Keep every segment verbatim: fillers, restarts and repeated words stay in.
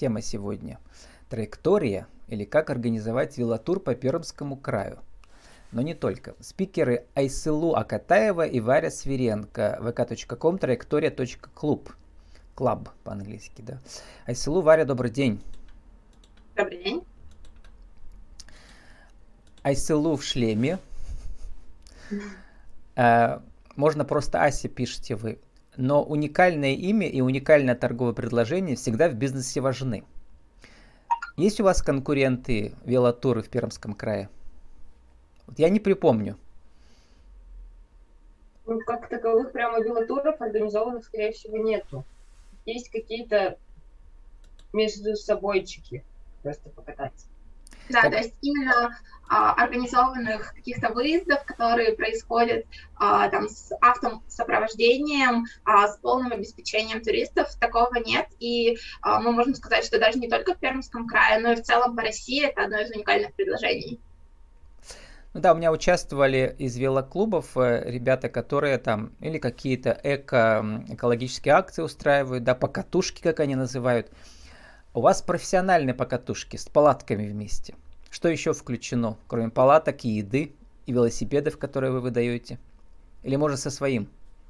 Тема сегодня. Траектория или как организовать велотур по Пермскому краю. Но не только. Спикеры Айсылу Акатаева и Варя Свиренко. вэ ка точка ком, траектория точка клуб. Клаб по-английски, да. Айсылу, Варя, добрый день. Добрый день. Айсылу в шлеме. А, можно просто Ася пишите вы. Но уникальное имя и уникальное торговое предложение всегда в бизнесе важны. Есть у вас конкуренты велотуры в Пермском крае? Вот я не припомню. Ну, как таковых прямо велотуров организованных, скорее всего, нету. Есть какие-то между собойчики просто покататься. Да, Как... то есть именно а, организованных каких-то выездов, которые происходят а, там с автосопровождением, а, с полным обеспечением туристов, такого нет. И а, мы можем сказать, что даже не только в Пермском крае, но и в целом по России это одно из уникальных предложений. Ну да, у меня участвовали из велоклубов ребята, которые там или какие-то эко, экологические акции устраивают, да, покатушки, как они называют. У вас профессиональные покатушки с палатками вместе. Что еще включено, кроме палаток и еды, и велосипедов, которые вы выдаете? Или, может, со своим?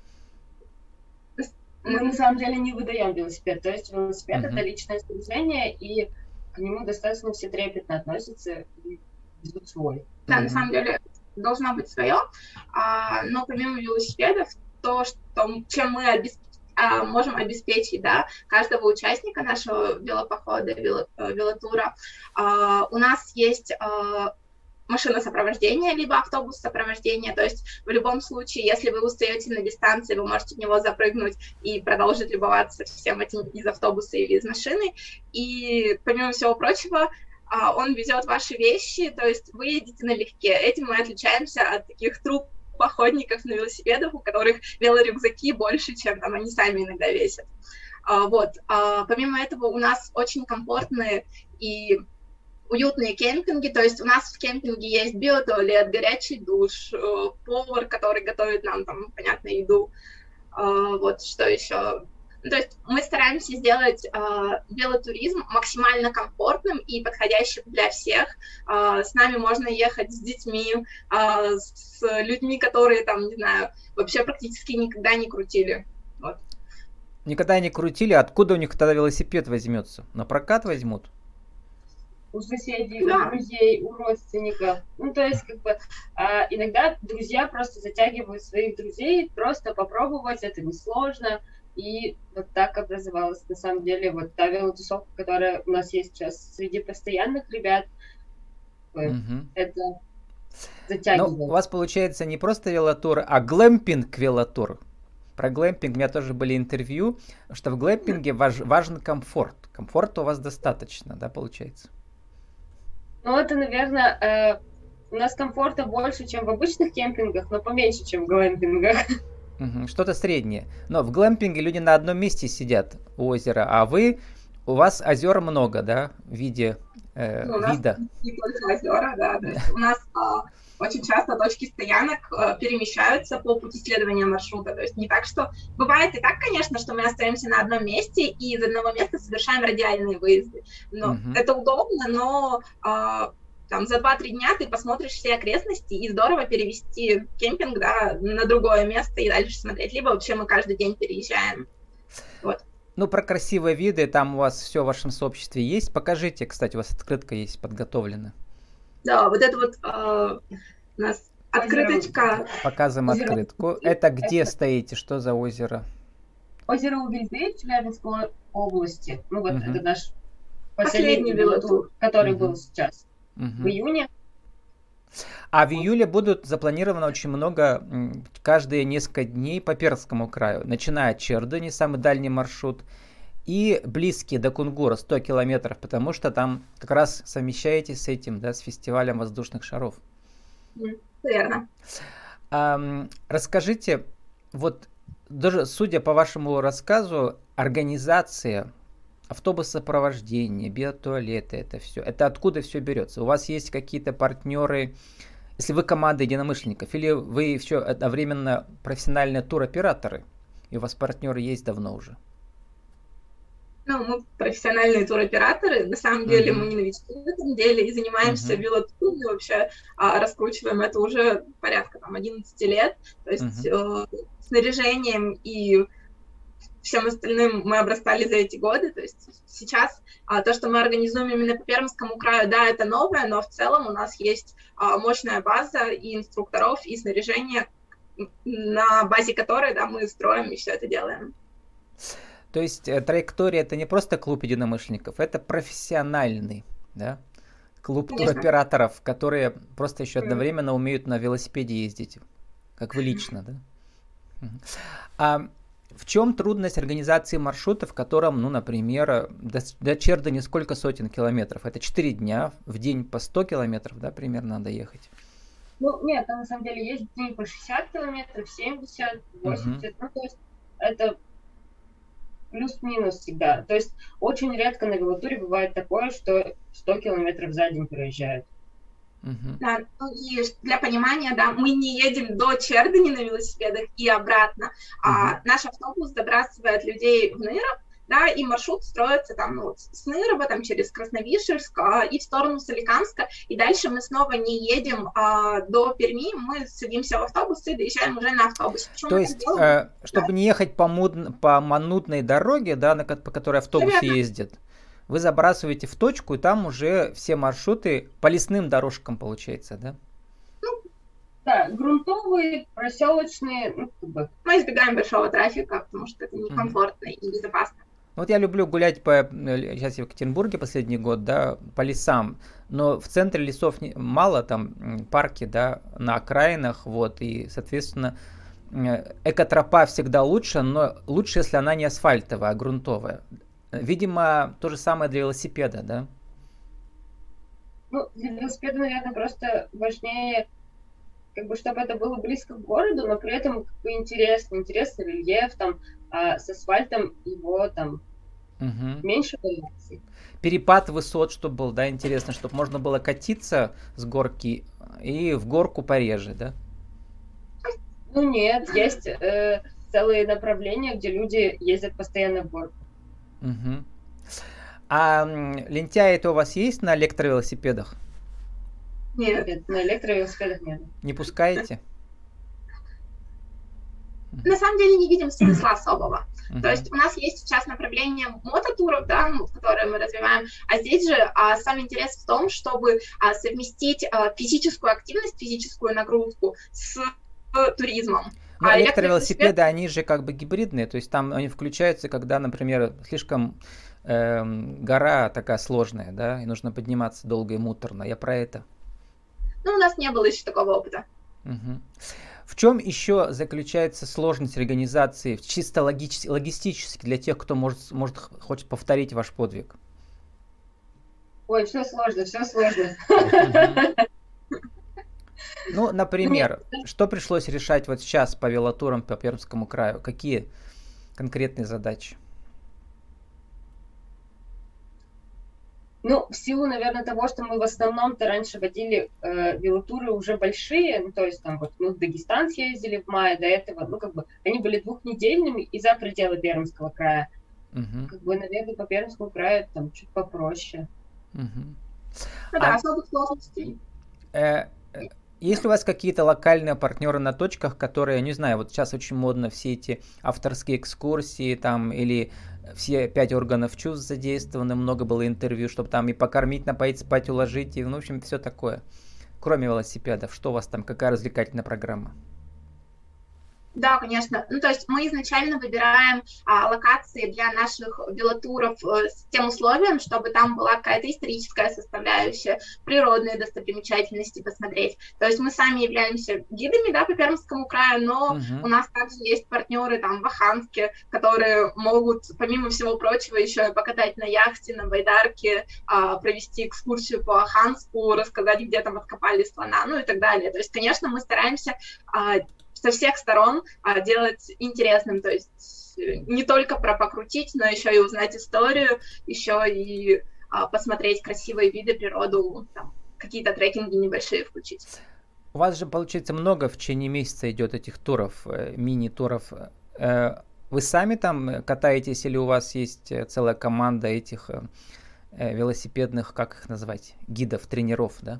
Мы на самом деле не выдаем велосипед. То есть велосипед uh-huh. это личное снаряжение, и к нему достаточно все трепетно относятся и везут свой. Да, uh-huh. на самом деле должно быть свое. А, но помимо велосипедов, то, что, чем мы обеспечиваем, можем обеспечить, да, каждого участника нашего велопохода, вело, велотура. Uh, у нас есть uh, машина сопровождения, либо автобус сопровождения, то есть в любом случае, если вы устаете на дистанции, вы можете в него запрыгнуть и продолжить любоваться всем этим из автобуса или из машины. И помимо всего прочего, uh, он везет ваши вещи, то есть вы едете налегке. Этим мы отличаемся от таких труп походников на велосипедах, у которых велорюкзаки больше, чем там они сами иногда весят. А, вот. А, помимо этого у нас очень комфортные и уютные кемпинги, то есть у нас в кемпинге есть биотуалет, горячий душ, повар, который готовит нам там, понятно, еду. А, вот что еще. То есть мы стараемся сделать э, велотуризм максимально комфортным и подходящим для всех. Э, с нами можно ехать с детьми, э, с людьми, которые там, не знаю, вообще практически никогда не крутили. Вот. Никогда не крутили? Откуда у них тогда велосипед возьмется? На прокат возьмут? У соседей, да. у друзей, у родственников. Ну, то есть, как бы, э, иногда друзья просто затягивают своих друзей, просто попробовать, это несложно. И вот так образовалась, на самом деле, вот та велотусовка, которая у нас есть сейчас среди постоянных ребят. Угу. Это затягивает. Ну, у вас получается не просто велотур, а глэмпинг-велотур. Про глэмпинг у меня тоже были интервью, что в глэмпинге важ, важен комфорт. Комфорта у вас достаточно, да, получается? Ну, это, наверное, э, у нас комфорта больше, чем в обычных кемпингах, но поменьше, чем в глэмпингах. Угу, что-то среднее. Но в глэмпинге люди на одном месте сидят у озера, а вы, у вас озер много, да, в виде э, ну, у вида. Нас не только озера, да. То есть у нас а, очень часто точки стоянок а, перемещаются по пути следования маршрута. То есть не так, что... Бывает и так, конечно, что мы остаемся на одном месте и из одного места совершаем радиальные выезды. Но угу. Это удобно, но... А, там за два-три дня ты посмотришь все окрестности, и здорово перевести кемпинг, да, на другое место и дальше смотреть. Либо вообще мы каждый день переезжаем. Вот. Ну, про красивые виды, там у вас все в вашем сообществе есть. Покажите, кстати, у вас открытка есть подготовлена. Да, вот это вот э, у нас открыточка. Показываем озеро. Открытку. Это где это... стоите? Что за озеро? Озеро Угольды в Челябинской области. Ну, вот uh-huh. это наш последний велотур, который uh-huh. был сейчас. Угу. В июне. А в июле будут запланировано очень много, каждые несколько дней по Пермскому краю, начиная от Чердыни, самый дальний маршрут, и близкие до Кунгура, сто километров, потому что там как раз совмещаетесь с этим, да, с фестивалем воздушных шаров. Верно. А, расскажите, вот даже судя по вашему рассказу, организация автобус-сопровождение, биотуалеты, это все. Это откуда все берется? У вас есть какие-то партнеры, если вы команда единомышленников, или вы еще одновременно профессиональные туроператоры, и у вас партнеры есть давно уже? Ну, мы профессиональные туроператоры, на самом uh-huh. деле мы не новички в этом деле и занимаемся uh-huh. велотурами, вообще а, раскручиваем это уже порядка там одиннадцать лет, то есть uh-huh. э, снаряжением и всем остальным мы обрастали за эти годы, то есть сейчас а, то, что мы организуем именно по Пермскому краю, да, это новое, но в целом у нас есть а, мощная база и инструкторов, и снаряжение, на базе которой, да, мы строим и все это делаем. То есть траектория — это не просто клуб единомышленников, это профессиональный, да, клуб Конечно. туроператоров, которые просто еще одновременно умеют на велосипеде ездить, как вы лично, да? А в чем трудность организации маршрута, в котором, ну, например, до, до Чердани сколько сотен километров? Это четыре дня, в день по сто километров, да, примерно надо ехать? Ну, нет, там на самом деле есть дни по шестьдесят километров, семьдесят, восемьдесят, uh-huh. ну, то есть это плюс-минус всегда. То есть очень редко на велотуре бывает такое, что сто километров за день проезжают. Uh-huh. Да, ну и для понимания, да, мы не едем до Чердани на велосипедах и обратно, uh-huh. а наш автобус забрасывает людей в Ныров, да, и маршрут строится там, ну, вот, с Нырова, там, через Красновишерск а, и в сторону Соликамска, и дальше мы снова не едем а, до Перми, мы садимся в автобус и доезжаем уже на автобусе. Почему То есть, э, чтобы да. не ехать по, муд... по манутной дороге, да, на... по которой автобусы Верно. ездят, вы забрасываете в точку, и там уже все маршруты по лесным дорожкам, получается, да? Ну, да, грунтовые, проселочные, ну, как бы. Мы избегаем большого трафика, потому что это некомфортно mm-hmm. и небезопасно. Вот я люблю гулять по, сейчас я в Екатеринбурге последний год, да, по лесам, но в центре лесов не, мало, там парки, да, на окраинах, вот, и, соответственно, экотропа всегда лучше, но лучше, если она не асфальтовая, а грунтовая. Видимо, то же самое для велосипеда, да? Ну, для велосипеда, наверное, просто важнее, как бы, чтобы это было близко к городу, но при этом как бы интересно, интересный рельеф, там, а с асфальтом его там угу. меньше вариаций. Перепад высот, чтобы был, да, интересно, чтобы можно было катиться с горки и в горку пореже, да? Ну нет, есть э, целые направления, где люди ездят постоянно в горку. Угу. А лентяи-то у вас есть на электровелосипедах? Нет, нет, на электровелосипедах нет. Не пускаете? На самом деле не видим смысла особого. Uh-huh. То есть у нас есть сейчас направление мототуров, да, которые мы развиваем, а здесь же а, сам интерес в том, чтобы а, совместить а, физическую активность, физическую нагрузку с а, туризмом. Но а электровелосипеды, они же как бы гибридные, то есть там они включаются, когда, например, слишком э, гора такая сложная, да, и нужно подниматься долго и муторно. Я про это. Ну, у нас не было еще такого опыта. Uh-huh. В чем еще заключается сложность организации, чисто логически, логистически, для тех, кто может, может, хочет повторить ваш подвиг? Ой, все сложно, все сложно. Ну, например, что пришлось решать вот сейчас по велотурам по Пермскому краю? Какие конкретные задачи? Ну, в силу, наверное, того, что мы в основном-то раньше водили э, велотуры уже большие, ну, то есть там вот мы в Дагестан съездили в мае, до этого, ну, как бы, они были двухнедельными и за пределы Пермского края. Uh-huh. Как бы, наверное, по Пермскому краю там чуть попроще. Uh-huh. Ну да, а... особых сложностей. Э, есть ли у вас какие-то локальные партнеры на точках, которые, не знаю, вот сейчас очень модно все эти авторские экскурсии там, или все пять органов чувств задействованы, много было интервью, чтобы там и покормить, напоить, спать, уложить, и, ну, в общем, все такое. Кроме велосипедов, что у вас там, какая развлекательная программа? Да, конечно. Ну, то есть мы изначально выбираем а, локации для наших велотуров а, с тем условием, чтобы там была какая-то историческая составляющая, природные достопримечательности посмотреть. То есть мы сами являемся гидами, да, по Пермскому краю, но uh-huh. у нас также есть партнеры там в Оханске, которые могут, помимо всего прочего, еще и покатать на яхте, на байдарке, а, провести экскурсию по Оханску, рассказать, где там откопали слона, ну и так далее. То есть, конечно, мы стараемся а, со всех сторон а, делать интересным, то есть не только про покрутить, но еще и узнать историю, еще и а, посмотреть красивые виды, природу, там, какие-то трекинги небольшие включить. У вас же, получается, много в течение месяца идет этих туров, э, мини-туров. Э, Вы сами там катаетесь или у вас есть целая команда этих э, велосипедных, как их назвать, гидов, тренеров, да?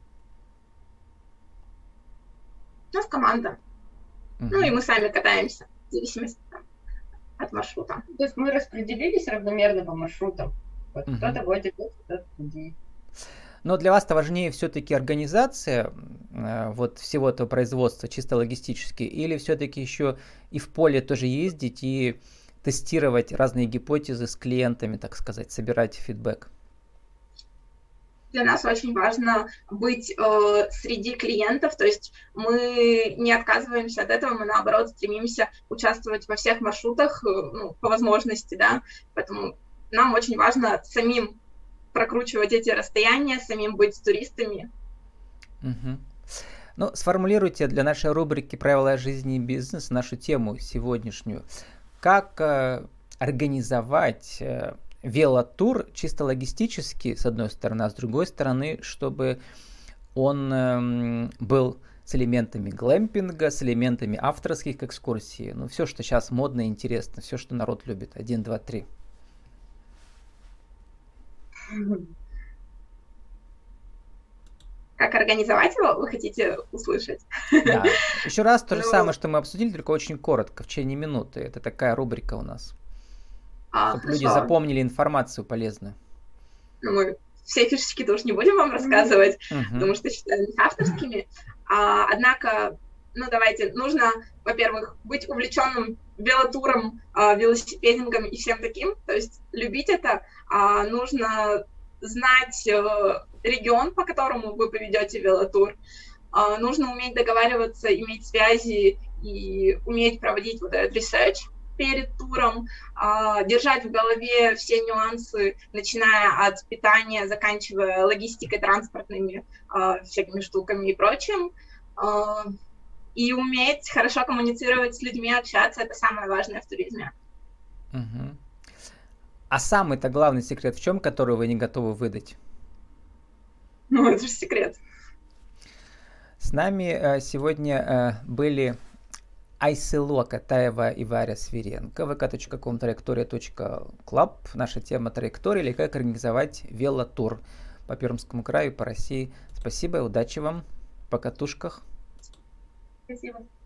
У нас команда. Uh-huh. Ну и мы сами катаемся, в зависимости там, от маршрута. То есть мы распределились равномерно по маршрутам. Вот uh-huh. Кто-то водит, кто-то другие. Но для вас-то важнее все-таки организация э, вот всего этого производства, чисто логистически, или все-таки еще и в поле тоже ездить и тестировать разные гипотезы с клиентами, так сказать, собирать фидбэк? Для нас очень важно быть э, среди клиентов, то есть мы не отказываемся от этого, мы наоборот стремимся участвовать во всех маршрутах, э, ну, по возможности, да, поэтому нам очень важно самим прокручивать эти расстояния, самим быть с туристами. Угу. Ну, сформулируйте для нашей рубрики «Правила жизни и бизнес» нашу тему сегодняшнюю. Как э, организовать э, велотур чисто логистически, с одной стороны, а с другой стороны, чтобы он э, был с элементами глэмпинга, с элементами авторских экскурсий. Ну, все, что сейчас модно и интересно, все, что народ любит. Один, два, три. Как организовать его, вы хотите услышать? Да. Еще раз то же ну... самое, что мы обсудили, только очень коротко, в течение минуты. Это такая рубрика у нас. А, чтобы люди запомнили информацию полезную. Ну, мы все фишечки тоже не будем вам рассказывать, uh-huh. потому что считаем их авторскими. А, однако, ну давайте, нужно, во-первых, быть увлеченным велотуром, велосипедингом и всем таким, то есть любить это. А, нужно знать регион, по которому вы поведете велотур. А, нужно уметь договариваться, иметь связи и уметь проводить вот этот research перед туром, э, держать в голове все нюансы, начиная от питания, заканчивая логистикой, транспортными э, всякими штуками и прочим. Э, и уметь хорошо коммуницировать с людьми, общаться, это самое важное в туризме. Угу. А самый-то главный секрет в чем, который вы не готовы выдать? Ну, это же секрет. С нами э, сегодня э, были Айсыло Катаева и Варя Свиренко, вэ ка точка ком траектория точка клаб. Наша тема траектория или как организовать велотур по Пермскому краю, по России. Спасибо, удачи вам по катушках. Спасибо.